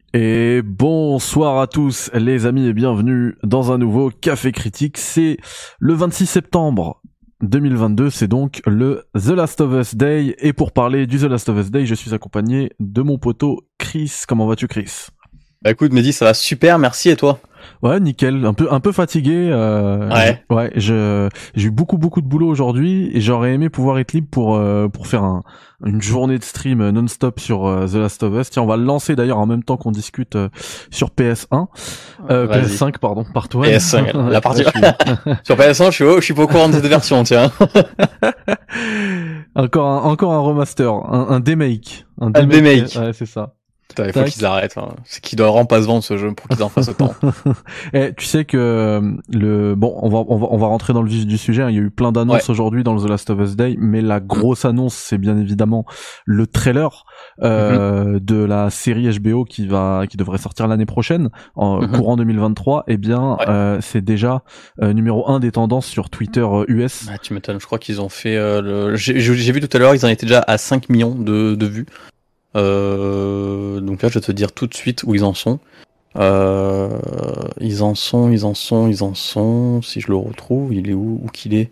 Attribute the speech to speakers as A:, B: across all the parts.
A: Et bonsoir à tous les amis et bienvenue dans un nouveau Café Critique. C'est le 26 septembre 2022, c'est donc le The Last of Us Day. Et pour parler du The Last of Us Day, je suis accompagné de mon poteau Chris. Comment vas-tu, Chris?
B: Bah écoute Mehdi, ça va super, merci, et toi?
A: Ouais, nickel, un peu fatigué. Ouais, j'ai eu beaucoup de boulot aujourd'hui et j'aurais aimé pouvoir être libre pour faire une journée de stream non-stop sur The Last of Us. Tiens, on va le lancer d'ailleurs en même temps qu'on discute sur PS1, PS5 pardon, par toi.
B: PS5, la partie sur PS1, je suis pas au courant de cette version, tiens.
A: encore un remaster, un demake,
B: un demake.
A: Ouais, c'est ça.
B: Putain, il faut qu'ils arrêtent. Hein. C'est qu'ils doivent vraiment pas se vendre ce jeu pour qu'ils en fassent autant.
A: Et tu sais que on va rentrer dans le vif du sujet. Hein. Il y a eu plein d'annonces aujourd'hui dans le The Last of Us Day, mais la grosse annonce, c'est bien évidemment le trailer de la série HBO qui devrait sortir l'année prochaine, en courant 2023. Eh bien, c'est déjà numéro 1 des tendances sur Twitter US.
B: Ah, tu m'étonnes. Je crois qu'ils ont fait. J'ai vu tout à l'heure, ils en étaient déjà à 5 millions de vues. Donc là je vais te dire tout de suite où ils en sont. Ils en sont. Si je le retrouve, il est où qu'il est.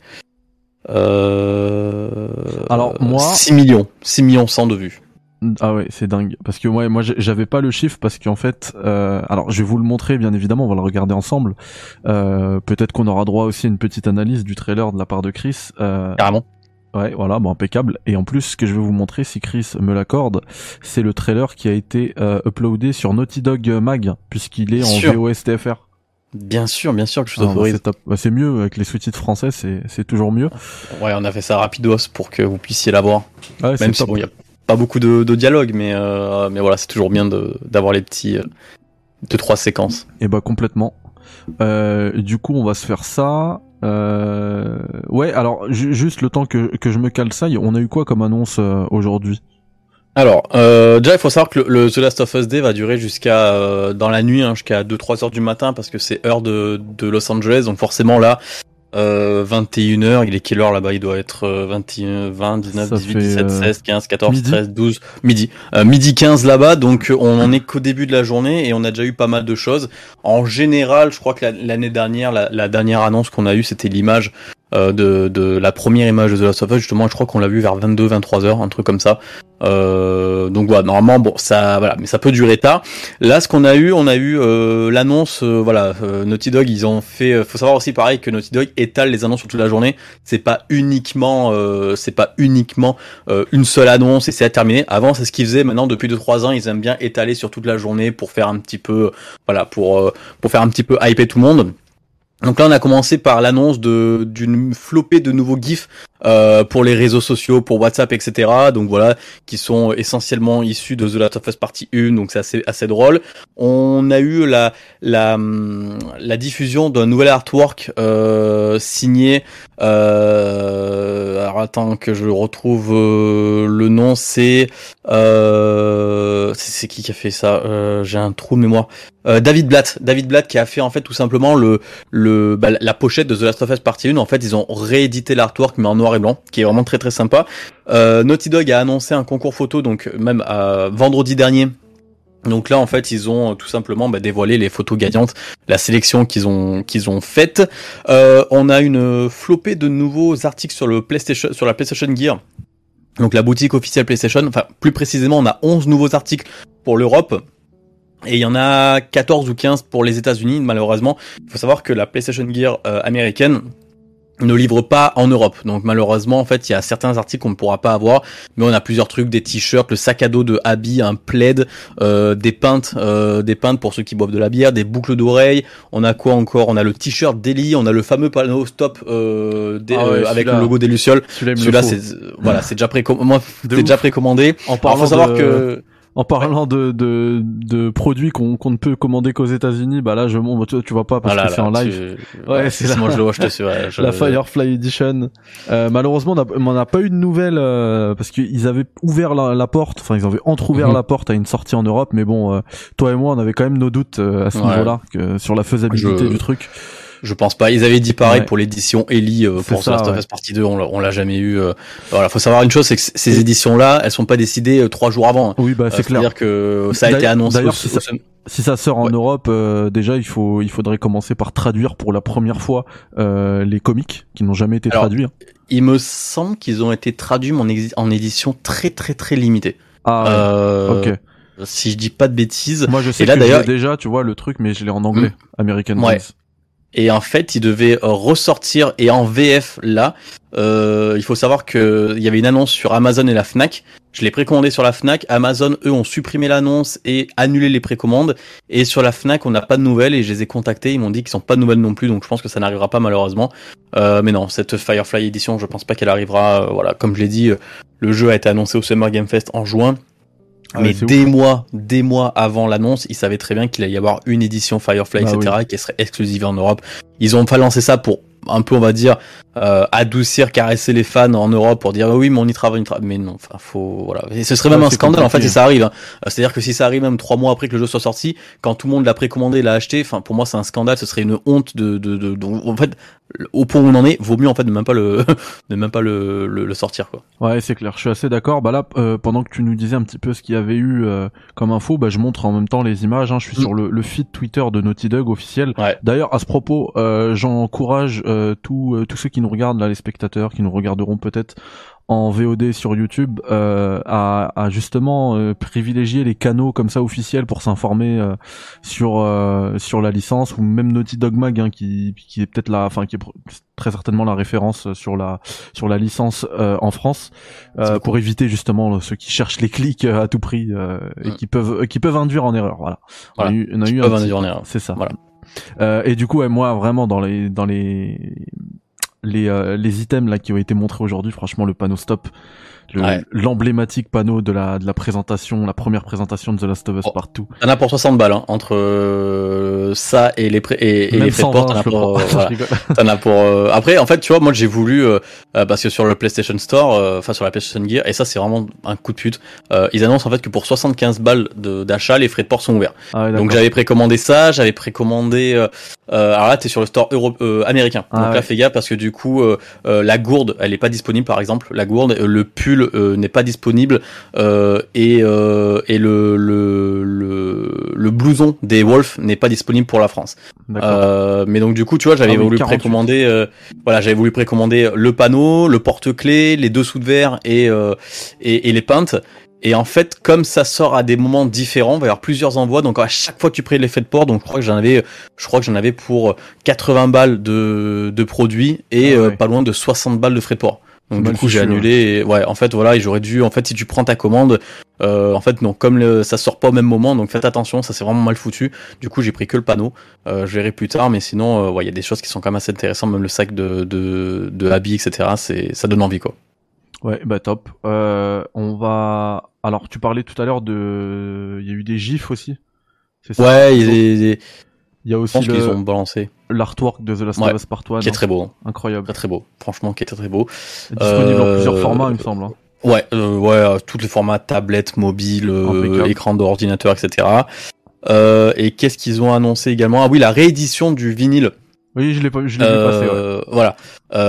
A: Alors moi
B: 6 millions 100 de vues.
A: Ah ouais, c'est dingue. Parce que moi j'avais pas le chiffre parce qu'en fait, alors je vais vous le montrer bien évidemment, on va le regarder ensemble. Peut-être qu'on aura droit aussi à une petite analyse du trailer de la part de Chris.
B: Carrément.
A: Ouais, voilà, bon, impeccable. Et en plus, ce que je vais vous montrer, si Chris me l'accorde, c'est le trailer qui a été uploadé sur Naughty Dog Mag, puisqu'il est en VOSTFR.
B: Bien sûr que je t'autorise.
A: C'est top. C'est mieux, avec les sous-titres français, c'est toujours mieux.
B: Ouais, on a fait ça rapidos pour que vous puissiez l'avoir.
A: Ouais,
B: même si bon, y a pas beaucoup de dialogue, mais voilà, c'est toujours bien d'avoir les petits 2-3 séquences.
A: Et bah complètement. Du coup, on va se faire ça. Ouais, alors juste le temps que je me cale ça, on a eu quoi comme annonce aujourd'hui?
B: Alors, déjà il faut savoir que le The Last of Us Day va durer jusqu'à dans la nuit, hein, jusqu'à 2-3 heures du matin, parce que c'est heure de Los Angeles, donc forcément là 21h, il est quelle heure là-bas? Il doit être 21, 20, 19, 18, 17, 16, 15, 14, midi. 13, 12, midi. Midi 15 là-bas, donc on en est qu'au début de la journée et on a déjà eu pas mal de choses. En général, je crois que l'année dernière, la dernière annonce qu'on a eue, c'était l'image de la première image de The Last of Us, justement, je crois qu'on l'a vu vers 22-23 heures, un truc comme ça. Donc voilà, normalement, bon, ça, voilà, mais ça peut durer tard. Là, ce qu'on a eu, l'annonce, Naughty Dog, ils ont fait, faut savoir aussi pareil que Naughty Dog étale les annonces sur toute la journée. C'est pas uniquement une seule annonce et c'est à terminer. Avant, c'est ce qu'ils faisaient. Maintenant, depuis 2-3 ans, ils aiment bien étaler sur toute la journée pour faire un petit peu, pour faire un petit peu hyper tout le monde. Donc là, on a commencé par l'annonce d'une flopée de nouveaux GIFs pour les réseaux sociaux, pour WhatsApp, etc. Donc voilà, qui sont essentiellement issus de The Last of Us Partie 1, donc c'est assez drôle. On a eu la diffusion d'un nouvel artwork signé. Alors attends que je retrouve le nom. C'est qui a fait ça? J'ai un trou de mémoire. David Blatt qui a fait en fait tout simplement la pochette de The Last of Us Partie 1. En fait, ils ont réédité l'artwork mais en noir et blanc, qui est vraiment très très sympa. Naughty Dog a annoncé un concours photo, donc même vendredi dernier. Donc là, en fait, ils ont tout simplement dévoilé les photos gagnantes, la sélection qu'ils ont faite. On a une flopée de nouveaux articles sur la PlayStation Gear. Donc la boutique officielle PlayStation. Enfin, plus précisément, on a 11 nouveaux articles pour l'Europe. Et il y en a 14 ou 15 pour les États-Unis, malheureusement. Il faut savoir que la PlayStation Gear américaine ne livre pas en Europe. Donc malheureusement, en fait, il y a certains articles qu'on ne pourra pas avoir, mais on a plusieurs trucs, des t-shirts, le sac à dos de Abby, un plaid, des pintes pour ceux qui boivent de la bière, des boucles d'oreilles. On a quoi encore? On a le t-shirt d'Ellie, on a le fameux panneau stop avec le logo des Lucioles. Celui-là, c'est déjà précommandé.
A: Alors, faut savoir que en parlant de produits qu'on ne peut commander qu'aux États-Unis, bah là tu vois pas parce que c'est en live.
B: Ouais, c'est moi je le vois, je te suis.
A: La Firefly Edition. Malheureusement, on n'a pas eu de nouvelles parce qu'ils avaient ouvert la porte, enfin ils avaient entrouvert la porte à une sortie en Europe, mais bon, toi et moi, on avait quand même nos doutes à ce niveau-là sur la faisabilité du truc.
B: Je pense pas. Ils avaient dit pareil pour l'édition Ellie pour The Last of Us Partie 2. On l'a jamais eu. Voilà, faut savoir une chose, c'est que ces éditions-là, elles sont pas décidées 3 jours avant.
A: Oui, bah c'est clair.
B: C'est-à-dire que ça a été annoncé.
A: D'ailleurs, si ça sort en Europe, déjà il faudrait commencer par traduire pour la première fois les comics qui n'ont jamais été traduits.
B: Il me semble qu'ils ont été traduits mais en édition très très très limitée.
A: Ok.
B: Si je dis pas de bêtises.
A: Moi je sais que j'ai déjà, tu vois, le truc, mais je l'ai en anglais. American Dreams.
B: Et en fait, il devait ressortir, et en VF là, il faut savoir que il y avait une annonce sur Amazon et la Fnac. Je l'ai précommandé sur la Fnac. Amazon, eux, ont supprimé l'annonce et annulé les précommandes. Et sur la Fnac, on n'a pas de nouvelles, et je les ai contactés. Ils m'ont dit qu'ils sont pas de nouvelles non plus, donc je pense que ça n'arrivera pas malheureusement. Mais non, cette Firefly Edition, je pense pas qu'elle arrivera. Voilà, comme je l'ai dit, le jeu a été annoncé au Summer Game Fest en juin. Mais des mois avant l'annonce, ils savaient très bien qu'il allait y avoir une édition Firefly, etc., qui serait exclusive en Europe. Ils ont pas lancé ça pour un peu, on va dire, adoucir, caresser les fans en Europe pour dire oui, mais on y travaille, mais non, enfin, voilà. Et ce serait même un scandale, en fait, si ça arrive, hein. C'est-à-dire que si ça arrive même 3 mois après que le jeu soit sorti, quand tout le monde l'a précommandé, l'a acheté, enfin, pour moi, c'est un scandale, ce serait une honte en fait, au point où on en est, vaut mieux, en fait, ne même pas le sortir, quoi.
A: Ouais, c'est clair, je suis assez d'accord. Bah là, pendant que tu nous disais un petit peu ce qu'il y avait eu comme info, bah je montre en même temps les images, hein. Je suis sur le feed Twitter de Naughty Dog officiel.
B: Ouais.
A: D'ailleurs, à ce propos, j'encourage tous ceux qui nous regardent, là, les spectateurs qui nous regarderont peut-être en VOD sur YouTube, à justement privilégier les canaux comme ça officiels pour s'informer sur la licence, ou même Naughty Dog Mag, hein, qui est peut-être qui est très certainement la référence sur la licence en France, pour éviter justement ceux qui cherchent les clics à tout prix et qui peuvent induire en erreur. Voilà. On a eu
B: induire en erreur.
A: C'est ça.
B: Voilà.
A: Et du coup, moi vraiment dans les items là qui ont été montrés aujourd'hui, franchement, le panneau stop, l'emblématique panneau de la présentation, la première présentation de The Last of Us Partout.
B: T'en as pour 60 balles, hein, entre ça et les frais de port, t'en as pour après, en fait, tu vois, moi j'ai voulu parce que sur le PlayStation Store, sur la PlayStation Gear, et ça c'est vraiment un coup de pute, ils annoncent en fait que pour 75 balles d'achat, les frais de port sont ouverts. Donc j'avais précommandé ça, alors là t'es sur le store américain. Donc là fais gaffe, parce que du coup la gourde, elle est pas disponible, par exemple, la gourde, le pull n'est pas disponible, et le blouson des Wolves n'est pas disponible pour la France. Mais donc du coup, tu vois, j'avais voulu précommander le panneau, le porte-clés, les dessous de verre et les pintes. Et en fait, comme ça sort à des moments différents, il va y avoir plusieurs envois. Donc à chaque fois que tu payes l'effet de port, donc je crois que j'en avais pour 80 balles de produits et pas loin de 60 balles de frais de port. Donc du coup j'ai annulé. En fait voilà, et j'aurais dû, en fait, si tu prends ta commande, en fait non, comme ça sort pas au même moment, donc faites attention, ça c'est vraiment mal foutu. Du coup j'ai pris que le panneau. Je verrai plus tard, mais sinon il y a des choses qui sont quand même assez intéressantes, même le sac de habits, etc. Ça donne envie, quoi.
A: Ouais, bah top. Alors tu parlais tout à l'heure il y a eu des gifs aussi.
B: C'est ça. Ouais, il
A: y a aussi
B: qu'ils ont balancé
A: l'artwork de The Last of Us Part 1,
B: qui est très beau,
A: incroyable,
B: très très beau, franchement, qui est très très beau,
A: disponible en plusieurs formats, il me semble, hein.
B: Tous les formats, tablette, mobile, écran d'ordinateur, etc. Et qu'est-ce qu'ils ont annoncé également? Ah oui, la réédition du vinyle.
A: Oui, je l'ai vu passer, ouais.
B: Voilà,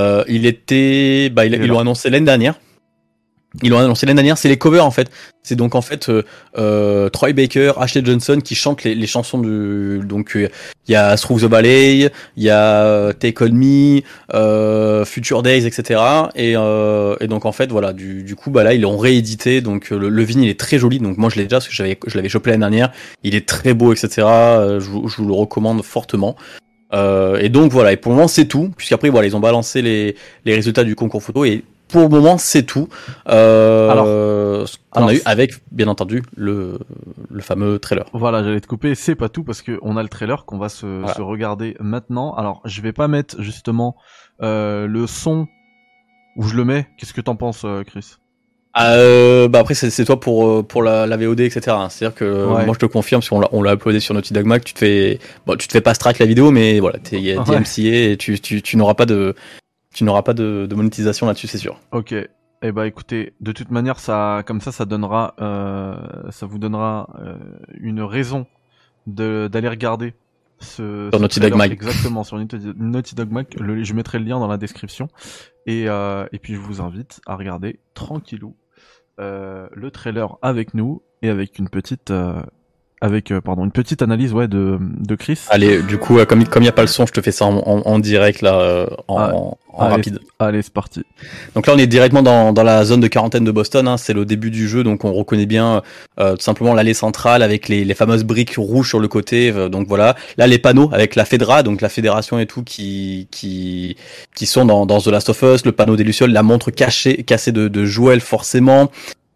B: ils l'ont annoncé l'année dernière. C'est les covers, en fait. C'est donc en fait Troy Baker, Ashley Johnson qui chantent les chansons donc il y a Through the Ballet, il y a Take On Me, Future Days, etc. Et donc en fait voilà, du coup là ils l'ont réédité, donc le vinyle est très joli, donc moi je l'ai déjà parce que je l'avais chopé l'année dernière, il est très beau, etc. Je vous le recommande fortement. Et donc voilà, et pour le moment c'est tout, puisqu'après voilà ils ont balancé les résultats du concours photo, et pour le moment c'est tout. Ce qu'on a eu avec, bien entendu, le fameux trailer.
A: Voilà, j'allais te couper, c'est pas tout, parce que on a le trailer qu'on va se regarder maintenant. Alors je vais pas mettre justement le son où je le mets. Qu'est-ce que t'en penses, Chris?
B: Après c'est toi pour la VOD, etc. C'est-à-dire que moi je te confirme, parce qu'on l'a uploadé sur Naughty Dog Mag, tu te fais pas track la vidéo, mais voilà, il y a DMCA et tu n'auras pas de monétisation là-dessus, c'est sûr.
A: Ok. Eh bah écoutez, de toute manière, ça vous donnera une raison d'aller regarder Sur
B: Naughty Dog Mag.
A: Exactement, sur Naughty Dog Mag. Je mettrai le lien dans la description. Et puis je vous invite à regarder tranquillou le trailer avec nous et avec une petite une petite analyse de Chris.
B: Allez, du coup, comme il y a pas le son, je te fais ça en direct là, en rapide.
A: Allez, c'est parti.
B: Donc là, on est directement dans la zone de quarantaine de Boston. Hein, c'est le début du jeu, donc on reconnaît bien tout simplement l'allée centrale avec les fameuses briques rouges sur le côté. Donc voilà, là les panneaux avec la Fedra, donc la fédération et tout qui sont dans The Last of Us, le panneau des lucioles, la montre cassée de Joel forcément.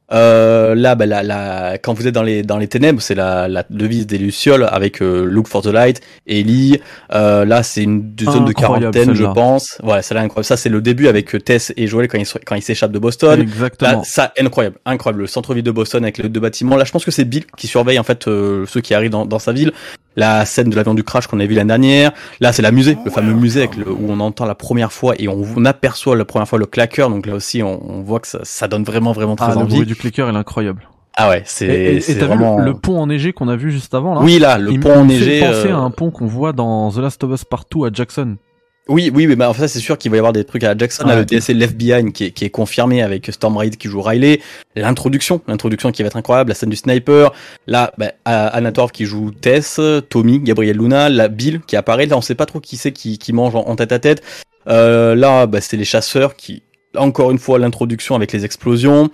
B: Là, quand vous êtes dans les ténèbres, c'est la devise des lucioles avec Look for the Light, Ellie. Là, c'est une zone de quarantaine, je pense. Voilà, c'est là incroyable. Ça, c'est le début avec Tess et Joel quand ils s'échappent de Boston.
A: Exactement.
B: Là, ça, incroyable. Le centre-ville de Boston avec les deux bâtiments. Là, je pense que c'est Bill qui surveille en fait ceux qui arrivent dans sa ville. La scène de l'avion du crash qu'on a vu l'année dernière. Là, c'est le fameux musée où on entend la première fois et on aperçoit la première fois le claqueur. Donc là aussi, on voit que ça donne vraiment très envie.
A: Le bruit du clicker, il est incroyable.
B: Ah ouais, c'est
A: t'as
B: vraiment...
A: vu le pont enneigé qu'on a vu juste avant là?
B: Oui, là, le pont enneigé.
A: Il me fait penser à un pont qu'on voit dans The Last of Us Partout à Jackson.
B: Oui, mais en fait, c'est sûr qu'il va y avoir des trucs à la Jackson. Là, le DLC Left Behind qui est confirmé avec Storm Reid qui joue Riley. L'introduction qui va être incroyable. La scène du sniper. Là, Anna Torv qui joue Tess, Tommy, Gabriel Luna, la Bill qui apparaît. Là, on sait pas trop qui c'est qui mange en tête à tête. Là, c'est les chasseurs qui, encore une fois, l'introduction avec les explosions.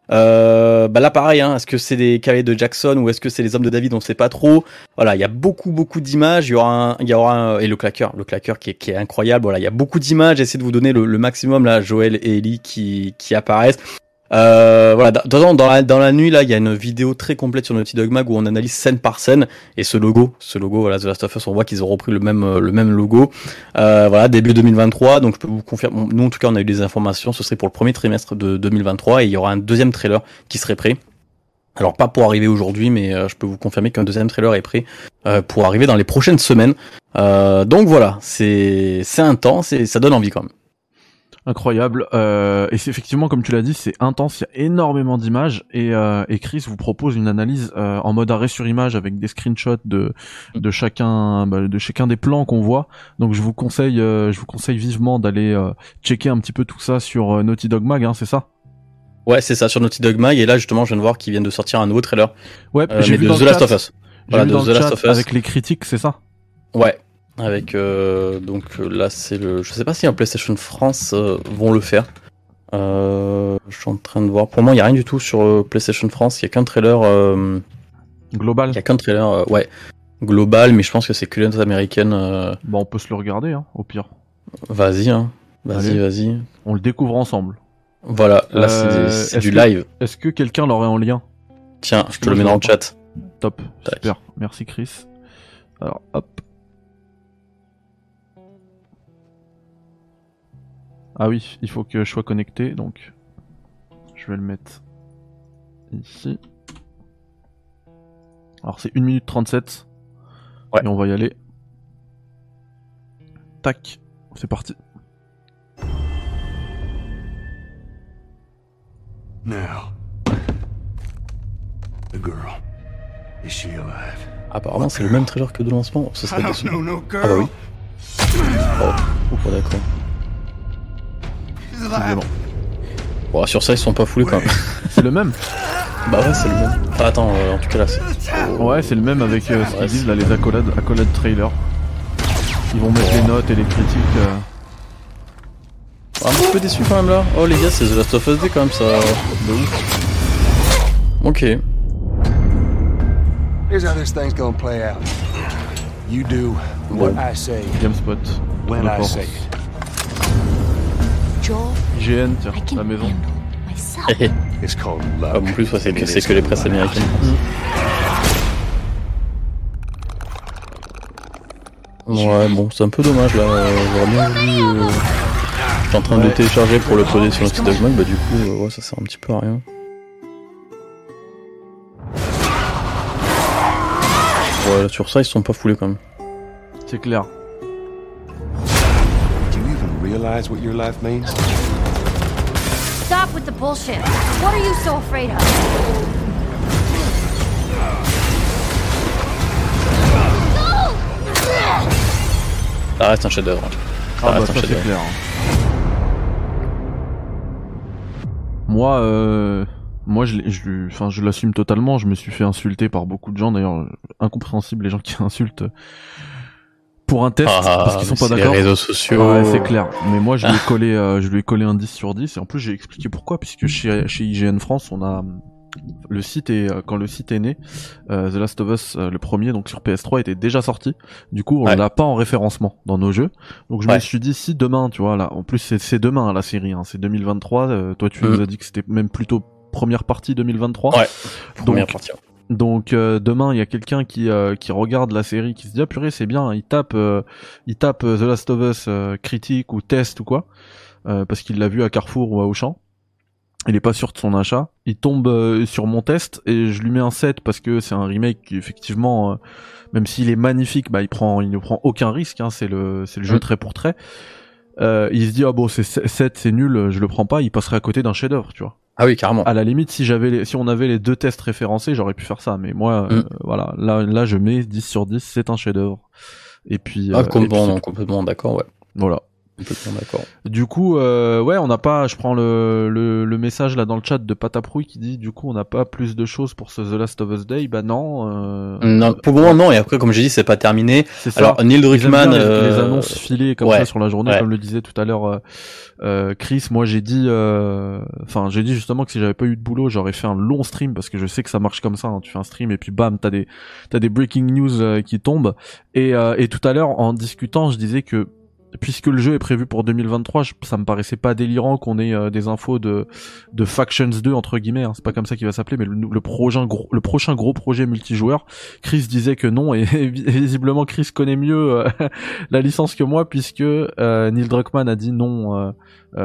B: Là pareil, hein, est-ce que c'est des cavaliers de Jackson ou est-ce que c'est les hommes de David, on sait pas trop. Voilà, il y a beaucoup d'images, il y aura et le claqueur qui est incroyable. Voilà, il y a beaucoup d'images, j'essaie de vous donner le maximum là, Joel et Ellie qui apparaissent. Voilà, dans la nuit là, il y a une vidéo très complète sur Naughty Dog Mag où on analyse scène par scène et ce logo, voilà, The Last of Us, on voit qu'ils ont repris le même logo. Voilà, début 2023, donc je peux vous confirmer, nous en tout cas on a eu des informations, ce serait pour le premier trimestre de 2023 et il y aura un deuxième trailer qui serait prêt. Alors pas pour arriver aujourd'hui, mais je peux vous confirmer qu'un deuxième trailer est prêt pour arriver dans les prochaines semaines. Donc voilà, c'est intense et ça donne envie quand même.
A: Incroyable, et c'est effectivement comme tu l'as dit, c'est intense, il y a énormément d'images et Chris vous propose une analyse en mode arrêt sur image avec des screenshots de chacun des plans qu'on voit. Donc je vous conseille vivement d'aller checker un petit peu tout ça sur Naughty Dog Mag, hein, c'est ça?
B: Ouais, c'est ça, sur Naughty Dog Mag, et là justement je viens de voir qu'ils viennent de sortir un nouveau trailer.
A: Ouais, j'ai vu
B: de
A: dans
B: The Last of Us.
A: Voilà, de The Last of Us avec les critiques, c'est ça?
B: Ouais. Avec donc là c'est je sais pas si un PlayStation France vont le faire. Je suis en train de voir. Pour moi il y a rien du tout sur PlayStation France. Il y a qu'un trailer
A: global.
B: Il y a qu'un trailer global, mais je pense que c'est que les américaines.
A: Bon, on peut se le regarder, hein, au pire.
B: Vas-y, vas-y.
A: On le découvre ensemble.
B: Voilà, là c'est du live.
A: Est-ce que quelqu'un l'aurait en lien?
B: Tiens, je te le mets dans le chat.
A: Top, super. Merci Chris. Alors hop. Ah oui, il faut que je sois connecté, donc je vais le mettre ici. Alors c'est 1 minute 37. Ouais. Et on va y aller. Tac, c'est parti.
C: Now, the girl, is she alive?
B: Apparemment c'est le même trailer que de lancement, ce serait dessus. Ah bah oui. Oh d'accord. Bon, sur ça ils sont pas foulés quand même.
A: C'est le même.
B: Bah ouais, c'est le même. Enfin, attends, en tout cas là c'est...
A: Ouais, c'est le même avec ce qu'ils disent là, les accolades trailer. Ils vont mettre les notes et les critiques.
B: Un petit peu déçu quand même là. Oh les gars, c'est The Last of Us 2 quand même, ça... de ouf. Ok.
C: Here's how this thing's gonna play out. You do what I say.
A: GameSpot.
C: When I say it.
A: IGN, tiens, la maison.
C: It's called love.
B: En plus, c'est que les presses américaines. Ouais, bon, c'est un peu dommage là. J'aurais bien voulu. Je suis en train de le télécharger pour le poser sur le site Dogman, bah du coup, ouais, ça sert un petit peu à rien. Ouais, sur ça, ils sont pas foulés quand même.
A: C'est clair.
C: Do you even realize what your life means?
D: Stop with the bullshit. What are you so afraid of?
B: Ça reste un chef-d'œuvre.
A: Ça c'est clair. Moi, je l'assume totalement. Je me suis fait insulter par beaucoup de gens. D'ailleurs, incompréhensible les gens qui insultent pour un test parce qu'ils sont pas d'accord.
B: Les réseaux sociaux.
A: Ouais, c'est clair. Mais moi, je lui ai collé un 10 sur 10. Et en plus, j'ai expliqué pourquoi. Puisque chez IGN France, on a quand le site est né, The Last of Us, le premier, donc sur PS3, était déjà sorti. Du coup, on l'a pas en référencement dans nos jeux. Donc je me suis dit, si demain, tu vois, là, en plus c'est demain hein, la série, hein, c'est 2023. Toi, tu nous as dit que c'était même plutôt première partie 2023.
B: Ouais. Première partie.
A: Donc demain, il y a quelqu'un qui regarde la série, qui se dit ah purée, c'est bien. Il tape The Last of Us critique ou test ou quoi, parce qu'il l'a vu à Carrefour ou à Auchan. Il est pas sûr de son achat, il tombe sur mon test et je lui mets un 7 parce que c'est un remake qui effectivement même s'il est magnifique, bah il ne prend aucun risque hein, c'est le jeu trait pour trait. Il se dit ah bon c'est 7 c'est nul, je le prends pas, il passerait à côté d'un chef-d'œuvre, tu vois.
B: Ah oui, carrément.
A: À la limite si on avait les deux tests référencés, j'aurais pu faire ça, mais moi voilà, là je mets 10 sur 10, c'est un chef-d'œuvre. Et puis
B: complètement d'accord, ouais.
A: Voilà.
B: Complètement d'accord.
A: Du coup, ouais, on n'a pas. Je prends le message là dans le chat de Pataprouille qui dit du coup on n'a pas plus de choses pour ce The Last of Us Day. Bah non.
B: Non, pour le moment non. Et après, comme j'ai dit, c'est pas terminé.
A: C'est ça.
B: Alors Neil Druckmann,
A: les annonces filées comme ça sur la journée, comme le disait tout à l'heure Chris. Moi, j'ai dit justement que si j'avais pas eu de boulot, j'aurais fait un long stream parce que je sais que ça marche comme ça. Hein. Tu fais un stream et puis bam, t'as des breaking news qui tombent. Et tout à l'heure, en discutant, je disais que puisque le jeu est prévu pour 2023, ça me paraissait pas délirant qu'on ait des infos de Factions 2 entre guillemets, hein, c'est pas comme ça qu'il va s'appeler, mais le prochain gros projet multijoueur. Chris disait que non, et visiblement Chris connaît mieux la licence que moi, puisque Neil Druckmann a dit non,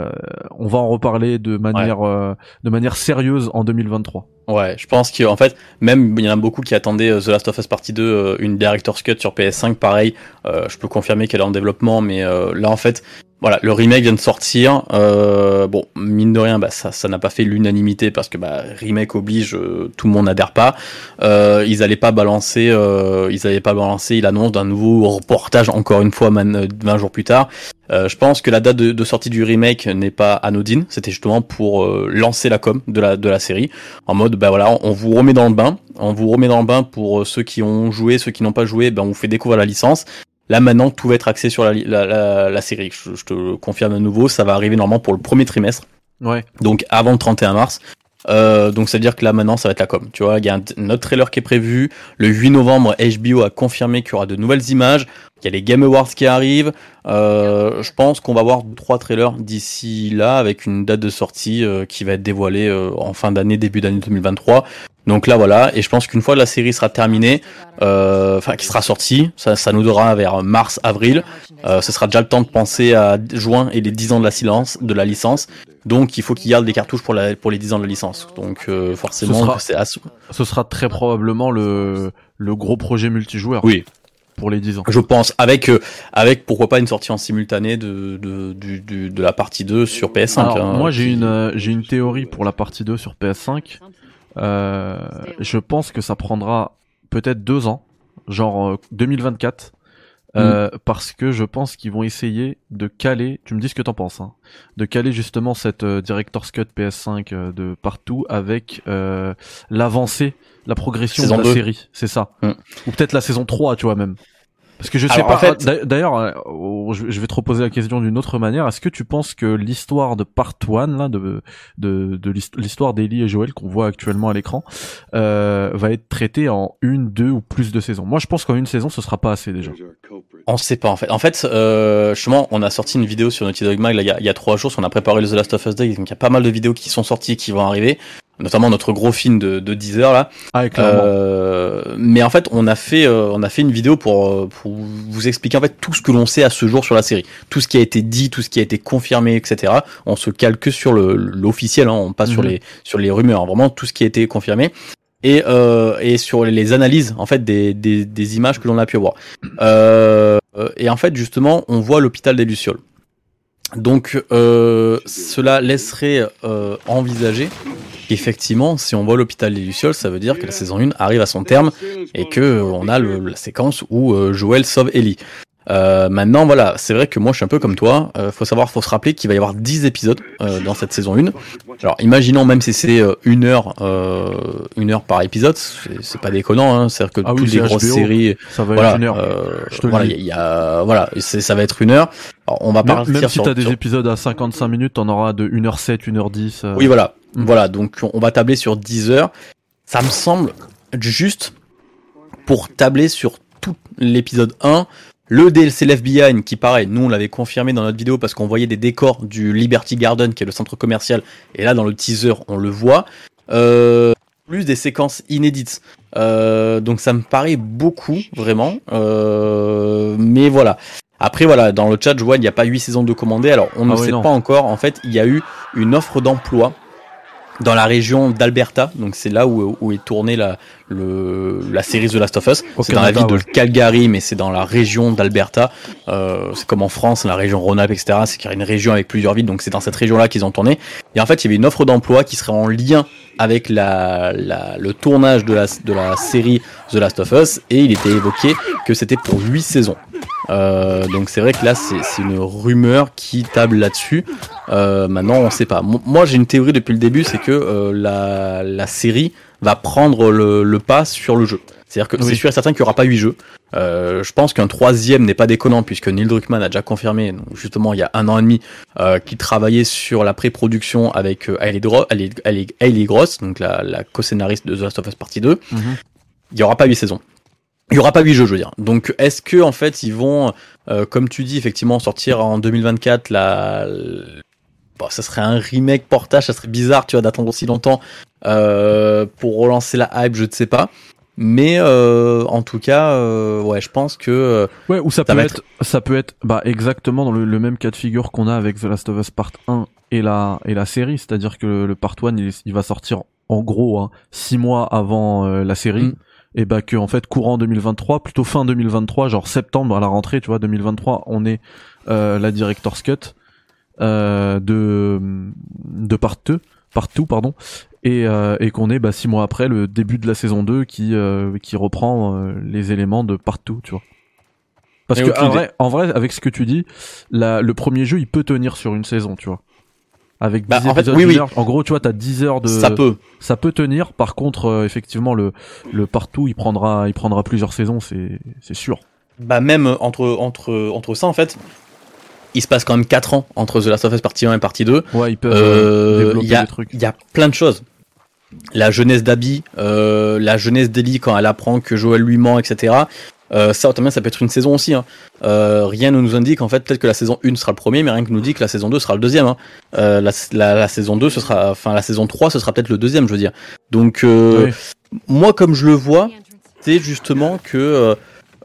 A: on va en reparler de manière sérieuse en 2023.
B: Ouais, je pense qu'en fait, même il y en a beaucoup qui attendaient The Last of Us Partie 2, une Director's Cut sur PS5, pareil, je peux confirmer qu'elle est en développement, mais là en fait, voilà, le remake vient de sortir, bon, mine de rien, bah ça n'a pas fait l'unanimité parce que bah remake oblige, tout le monde n'adhère pas. Ils allaient pas balancer l'annonce d'un nouveau reportage encore une fois 20 jours plus tard. Je pense que la date de sortie du remake n'est pas anodine, c'était justement pour lancer la com de la série, en mode bah voilà, on vous remet dans le bain, pour ceux qui ont joué, ceux qui n'ont pas joué, ben on vous fait découvrir la licence. Là maintenant tout va être axé sur la série. Je te confirme à nouveau, ça va arriver normalement pour le premier trimestre.
A: Ouais. Donc
B: avant le 31 mars. Donc ça veut dire que là maintenant ça va être la com. Tu vois, il y a un autre trailer qui est prévu. Le 8 novembre, HBO a confirmé qu'il y aura de nouvelles images. Il y a les Game Awards qui arrivent. Je pense qu'on va voir 3 trailers d'ici là avec une date de sortie qui va être dévoilée en fin d'année, début d'année 2023. Donc là voilà, et je pense qu'une fois la série sera terminée, qui sera sortie, ça nous donnera vers mars, avril. Ce sera déjà le temps de penser à juin et les 10 ans de la licence. Donc il faut qu'ils gardent des cartouches pour les 10 ans de la licence. Donc forcément,
A: ce sera très probablement le gros projet multijoueur.
B: Oui.
A: Pour les 10 ans.
B: Je pense, avec pourquoi pas une sortie en simultané de la partie 2 sur PS5.
A: Alors, moi j'ai une théorie pour la partie 2 sur PS5. Je pense que ça prendra peut-être 2 ans, genre 2024. Parce que je pense qu'ils vont essayer de caler, tu me dis ce que t'en penses, hein, de caler justement cette Director's Cut PS5 de partout avec l'avancée, la progression
B: saison
A: de la
B: 2.
A: Série, c'est ça. Ou peut-être la saison 3, tu vois même. Parce que je sais
B: alors,
A: pas,
B: en fait...
A: d'ailleurs, je vais te reposer la question d'une autre manière. Est-ce que tu penses que l'histoire de Part 1, là, de l'histoire d'Ellie et Joel qu'on voit actuellement à l'écran, va être traitée en 1, 2 ou plus de saisons? Moi, je pense qu'en une saison, ce sera pas assez déjà.
B: On sait pas, en fait. En fait, justement, on a sorti une vidéo sur Naughty Dog Mag, là, il y a 3 jours, on a préparé le The Last of Us Day, donc il y a pas mal de vidéos qui sont sorties et qui vont arriver. Notamment notre gros film de 10 heures là.
A: Ah, clairement.
B: Mais en fait, on a fait une vidéo pour vous expliquer en fait tout ce que l'on sait à ce jour sur la série, tout ce qui a été dit, tout ce qui a été confirmé, etc. On se cale que sur l'officiel, hein, on passe sur les rumeurs, hein, vraiment tout ce qui a été confirmé et sur les analyses en fait des images que l'on a pu voir. Et en fait, justement, on voit l'hôpital des Lucioles. Donc cela laisserait envisager qu'effectivement, si on voit l'hôpital des Lucioles, ça veut dire que la saison 1 arrive à son terme et que on a la séquence où Joel sauve Ellie. Maintenant, voilà, c'est vrai que moi, je suis un peu comme toi. Faut se rappeler qu'il va y avoir 10 épisodes dans cette saison 1. Alors, imaginons même si c'est 1 heure par épisode, c'est pas déconnant. Hein. C'est-à-dire que toutes les grosses séries,
A: ça va être 1 heure.
B: Ça va être 1 heure. Alors, on va partir
A: même si t'as des épisodes à 55 minutes, t'en auras de 1h07, 1h10.
B: Oui, voilà. Voilà, donc on va tabler sur 10 heures. Ça me semble juste pour tabler sur tout l'épisode 1. Le DLC Left Behind, qui pareil, nous on l'avait confirmé dans notre vidéo parce qu'on voyait des décors du Liberty Garden, qui est le centre commercial, et là dans le teaser on le voit. Plus des séquences inédites. Donc ça me paraît beaucoup, vraiment. Mais voilà. Après voilà, dans le chat je vois il n'y a pas 8 saisons de commandées, alors on ne sait pas encore. En fait il y a eu une offre d'emploi dans la région d'Alberta, donc c'est là où est tournée la série The Last of Us. C'est dans la ville de Calgary, mais c'est dans la région d'Alberta. C'est comme en France, la région Rhône-Alpes, etc. C'est qu'il y a une région avec plusieurs villes, donc c'est dans cette région-là qu'ils ont tourné. Et en fait, il y avait une offre d'emploi qui serait en lien avec le tournage de la série The Last of Us, et il était évoqué que c'était pour 8 saisons. Donc c'est vrai que là c'est une rumeur qui table là-dessus. Maintenant on sait pas. Moi j'ai une théorie depuis le début, c'est que la série va prendre le pas sur le jeu. C'est-à-dire que c'est sûr et certain qu'il n'y aura pas 8 jeux. Je pense qu'un 3e n'est pas déconnant, puisque Neil Druckmann a déjà confirmé, donc justement il y a 1 an et demi, qu'il travaillait sur la pré-production avec Hayley Gross, donc la co-scénariste de The Last of Us Partie 2. Il n'y aura pas 8 saisons. Il y aura pas 8 jeux, je veux dire. Donc, est-ce que en fait, ils vont, comme tu dis, effectivement, sortir en 2024 bon, ça serait un remake portage, ça serait bizarre, tu vois, d'attendre aussi longtemps pour relancer la hype, je ne sais pas. Mais en tout cas, ouais, je pense que
A: ouais, ou ça peut être exactement dans le même cas de figure qu'on a avec The Last of Us Part 1 et la série, c'est-à-dire que le Part 1 il va sortir en gros 6 mois avant la série. Et que en fait courant 2023, plutôt fin 2023, genre septembre à la rentrée, tu vois, 2023, on est la Director's Cut de Part 2, et qu'on est 6 mois après le début de la saison 2 qui reprend les éléments de Part 2, tu vois. Parce que en vrai, avec ce que tu dis, le premier jeu il peut tenir sur une saison, tu vois. Avec 10 épisodes d'une heure. En gros, tu vois, t'as 10 heures de... Ça peut tenir. Par contre, effectivement, le partout, il prendra plusieurs saisons, c'est sûr.
B: Même entre ça, en fait, il se passe quand même 4 ans entre The Last of Us Partie 1 et Partie 2.
A: Ouais, ils peuvent développer des trucs.
B: Il y a plein de choses. La jeunesse d'Abby, la jeunesse d'Ellie quand elle apprend que Joel lui ment, etc. Ça peut être une saison aussi. Hein. Rien ne nous indique en fait peut-être que la saison 1 sera le premier, mais rien que nous dit que la saison 2 sera le deuxième. Hein. La saison 2 la saison 3 ce sera peut-être le deuxième, je veux dire. Donc moi comme je le vois, c'est justement que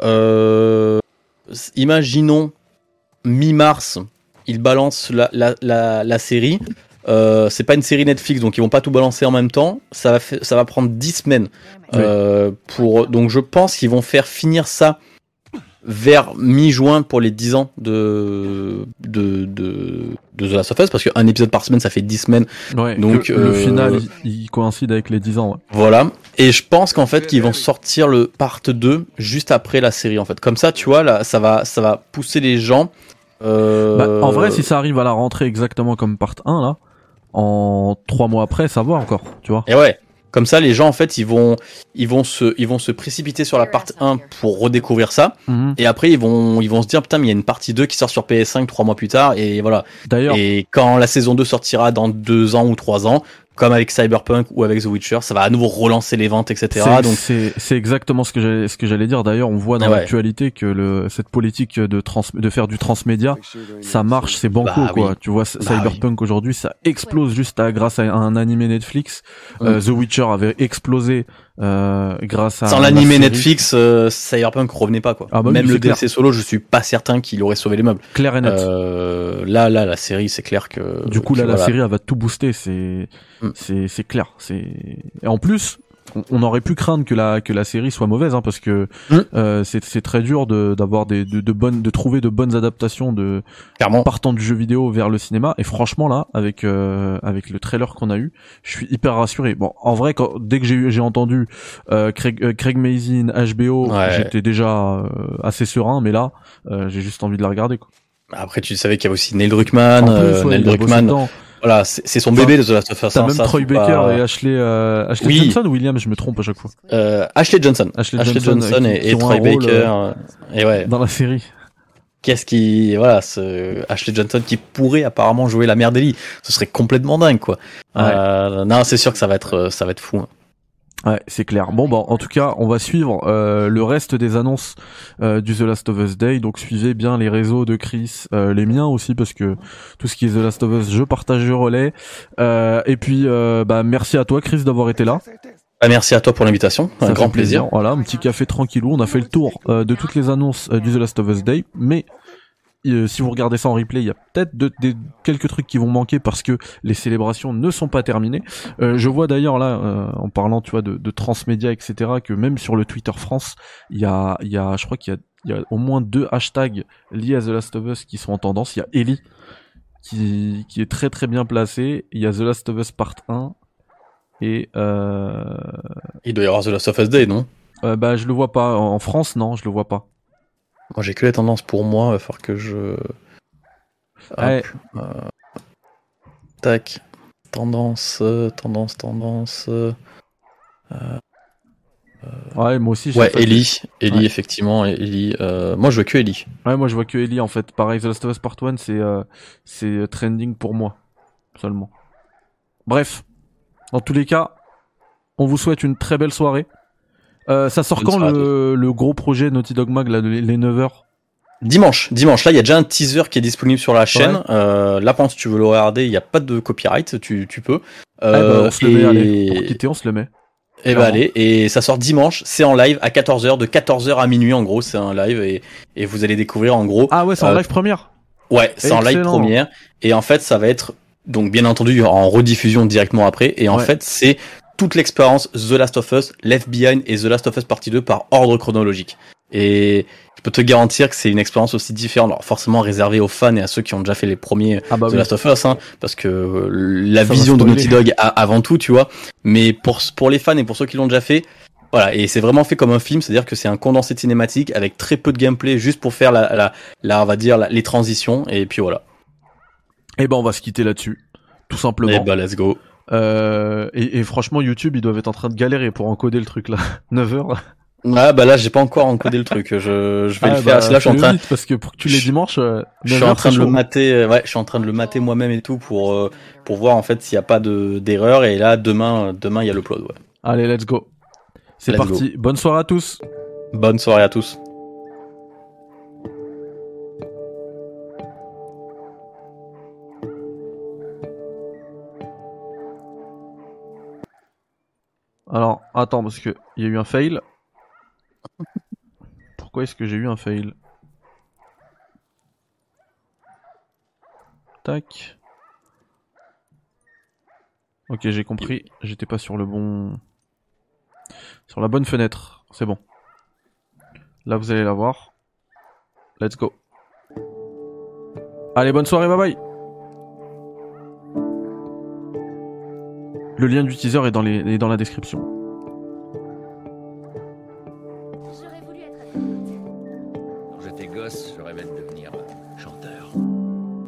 B: imaginons mi-mars, ils balancent la série. C'est pas une série Netflix, donc ils vont pas tout balancer en même temps. Ça va prendre 10 semaines. Donc je pense qu'ils vont faire finir ça vers mi-juin pour les 10 ans de The Last of Us, parce qu'un épisode par semaine ça fait 10 semaines.
A: Ouais, donc le final il coïncide avec les 10 ans. Ouais.
B: Voilà. Et je pense qu'en fait qu'ils vont sortir le part 2 juste après la série en fait. Comme ça, tu vois, là ça va pousser les gens.
A: En vrai, si ça arrive à la rentrée exactement comme part 1 là, en 3 mois après, ça va encore, tu vois.
B: Et ouais. Comme ça, les gens, en fait, ils vont se précipiter sur la partie 1 pour redécouvrir ça. Et après, ils vont se dire, putain, mais il y a une partie 2 qui sort sur PS5 3 mois plus tard. Et voilà.
A: D'ailleurs.
B: Et quand la saison 2 sortira dans 2 ans ou 3 ans, comme avec Cyberpunk ou avec The Witcher, ça va à nouveau relancer les ventes, etc. Donc
A: c'est exactement ce que j'allais dire. D'ailleurs, on voit dans l'actualité que cette politique de faire du transmédia, ça marche, c'est banco quoi. Oui. Tu vois, Cyberpunk aujourd'hui, ça explose juste grâce à un animé Netflix. The Witcher avait explosé grâce à
B: sans l'animé Netflix, Cyberpunk revenait pas quoi. Même le DLC solo, je suis pas certain qu'il aurait sauvé les meubles.
A: Clair et net.
B: Là la série, c'est clair que
A: du coup la série elle va tout booster, c'est clair, et en plus on aurait pu craindre que la série soit mauvaise, parce que c'est très dur d'avoir de trouver de bonnes adaptations
B: clairement
A: partant du jeu vidéo vers le cinéma. Et franchement là, avec le trailer qu'on a eu, je suis hyper rassuré. Bon, en vrai, dès que j'ai entendu Craig Mazin, HBO, j'étais déjà assez serein, mais là, j'ai juste envie de la regarder, quoi.
B: Après, tu savais qu'il y avait aussi Neil Druckmann. Neil Druckmann. Voilà, c'est son bébé de The Last of Us.
A: T'as même Troy Baker et Ashley Johnson ou Williams, je me trompe à chaque fois.
B: Ashley Johnson et Troy Baker. Et ouais.
A: Dans la série.
B: Ashley Johnson qui pourrait apparemment jouer la mère d'Ellie. Ce serait complètement dingue, quoi. Ouais. Non, c'est sûr que ça va être fou. Hein.
A: Ouais, c'est clair. Bon, en tout cas, on va suivre le reste des annonces du The Last of Us Day. Donc, suivez bien les réseaux de Chris, les miens aussi, parce que tout ce qui est The Last of Us, je partage, je relais. Et puis, merci à toi, Chris, d'avoir été là.
B: Merci à toi pour l'invitation. Un grand plaisir.
A: Voilà, un petit café tranquillou. On a fait le tour de toutes les annonces du The Last of Us Day, mais si vous regardez ça en replay, il y a peut-être quelques trucs qui vont manquer parce que les célébrations ne sont pas terminées. Je vois d'ailleurs là, en parlant, tu vois, de transmédia, etc., que même sur le Twitter France, il y a, je crois qu'il y a au moins 2 hashtags liés à The Last of Us qui sont en tendance. Il y a Ellie qui est très très bien placé. Il y a The Last of Us Part 1 et
B: il doit y avoir The Last of Us Day, non?
A: Je le vois pas en France, non, je le vois pas.
B: Moi, j'ai que les tendances pour moi, il va falloir que je...
A: Ouais.
B: Tac. Tendance.
A: Ouais, moi aussi.
B: Ouais, Ellie, effectivement, Ellie. Moi, je vois que Ellie.
A: Ouais, moi, je vois que Ellie, en fait. Pareil, The Last of Us Part 1, c'est trending pour moi. Seulement. Bref. Dans tous les cas, on vous souhaite une très belle soirée. Ça sort quand le gros projet Naughty Dog Mag, là, les 9h?
B: Dimanche. Là, il y a déjà un teaser qui est disponible sur la chaîne. Ouais. Là, si tu veux le regarder, il n'y a pas de copyright, tu peux.
A: On se le met, allez. Pour quitter, on se le met.
B: Allez, et ça sort dimanche, c'est en live à 14h, de 14h à minuit en gros, c'est un live et vous allez découvrir en gros.
A: Ah ouais, c'est en live première?
B: Ouais, c'est en live première. Et en fait, ça va être, donc bien entendu, en rediffusion directement après. Et en fait, c'est toute l'expérience The Last of Us, Left Behind et The Last of Us Partie 2 par ordre chronologique. Et je peux te garantir que c'est une expérience aussi différente, alors forcément réservée aux fans et à ceux qui ont déjà fait les premiers The Last of Us, parce que la vision de Naughty Dog avant tout, tu vois. Mais pour les fans et pour ceux qui l'ont déjà fait, voilà, et c'est vraiment fait comme un film, c'est-à-dire que c'est un condensé de cinématique avec très peu de gameplay, juste pour faire on va dire les transitions, et puis voilà.
A: Et on va se quitter là-dessus, tout simplement.
B: Et let's go.
A: Et franchement, YouTube, ils doivent être en train de galérer pour encoder le truc là. 9h.
B: Ah là j'ai pas encore encodé le truc. Je vais le faire. Là je suis en train
A: parce que pour que tu les dimanches.
B: Je suis en train de le mater. Ouais, je suis en train de le mater moi-même et tout pour voir en fait s'il y a pas d'erreur. Et là demain il y a l'upload. Ouais.
A: Allez, let's go. C'est parti. Bonne soirée à tous.
B: Bonne soirée à tous.
A: Alors, attends, parce que il y a eu un fail. Pourquoi est-ce que j'ai eu un fail? Tac. Ok, j'ai compris. J'étais pas sur la bonne fenêtre. C'est bon. Là, vous allez la voir. Let's go. Allez, bonne soirée, bye bye. Le lien du teaser est dans la description.